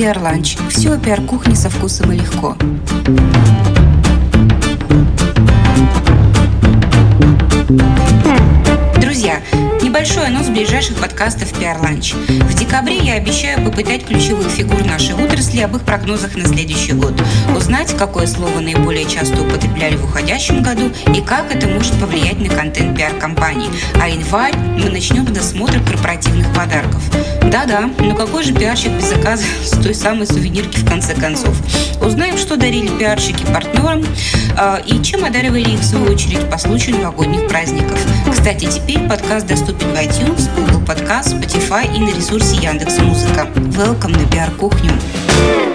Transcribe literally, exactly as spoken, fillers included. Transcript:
пиар-ланч. Все о пиар-кухне со вкусом и легко. Друзья, небольшой анонс ближайших подкастов пиар-ланч. В декабре я обещаю попытать ключевых фигур нашей отрасли об их прогнозах на следующий год. Узнать, какое слово наиболее часто употребляли в уходящем году и как это может повлиять на контент пиар-компаний. А январь мы начнем с досмотра корпоративных подарков. Да-да, но какой же пиарщик без заказа с той самой сувенирки в конце концов? Узнаем, что дарили пиарщики партнерам э, и чем одаривали их в свою очередь по случаю новогодних праздников. Кстати, теперь подкаст доступен в iTunes, Google Podcast, Spotify и на ресурсе Яндекс.Музыка. Welcome на пиар-кухню!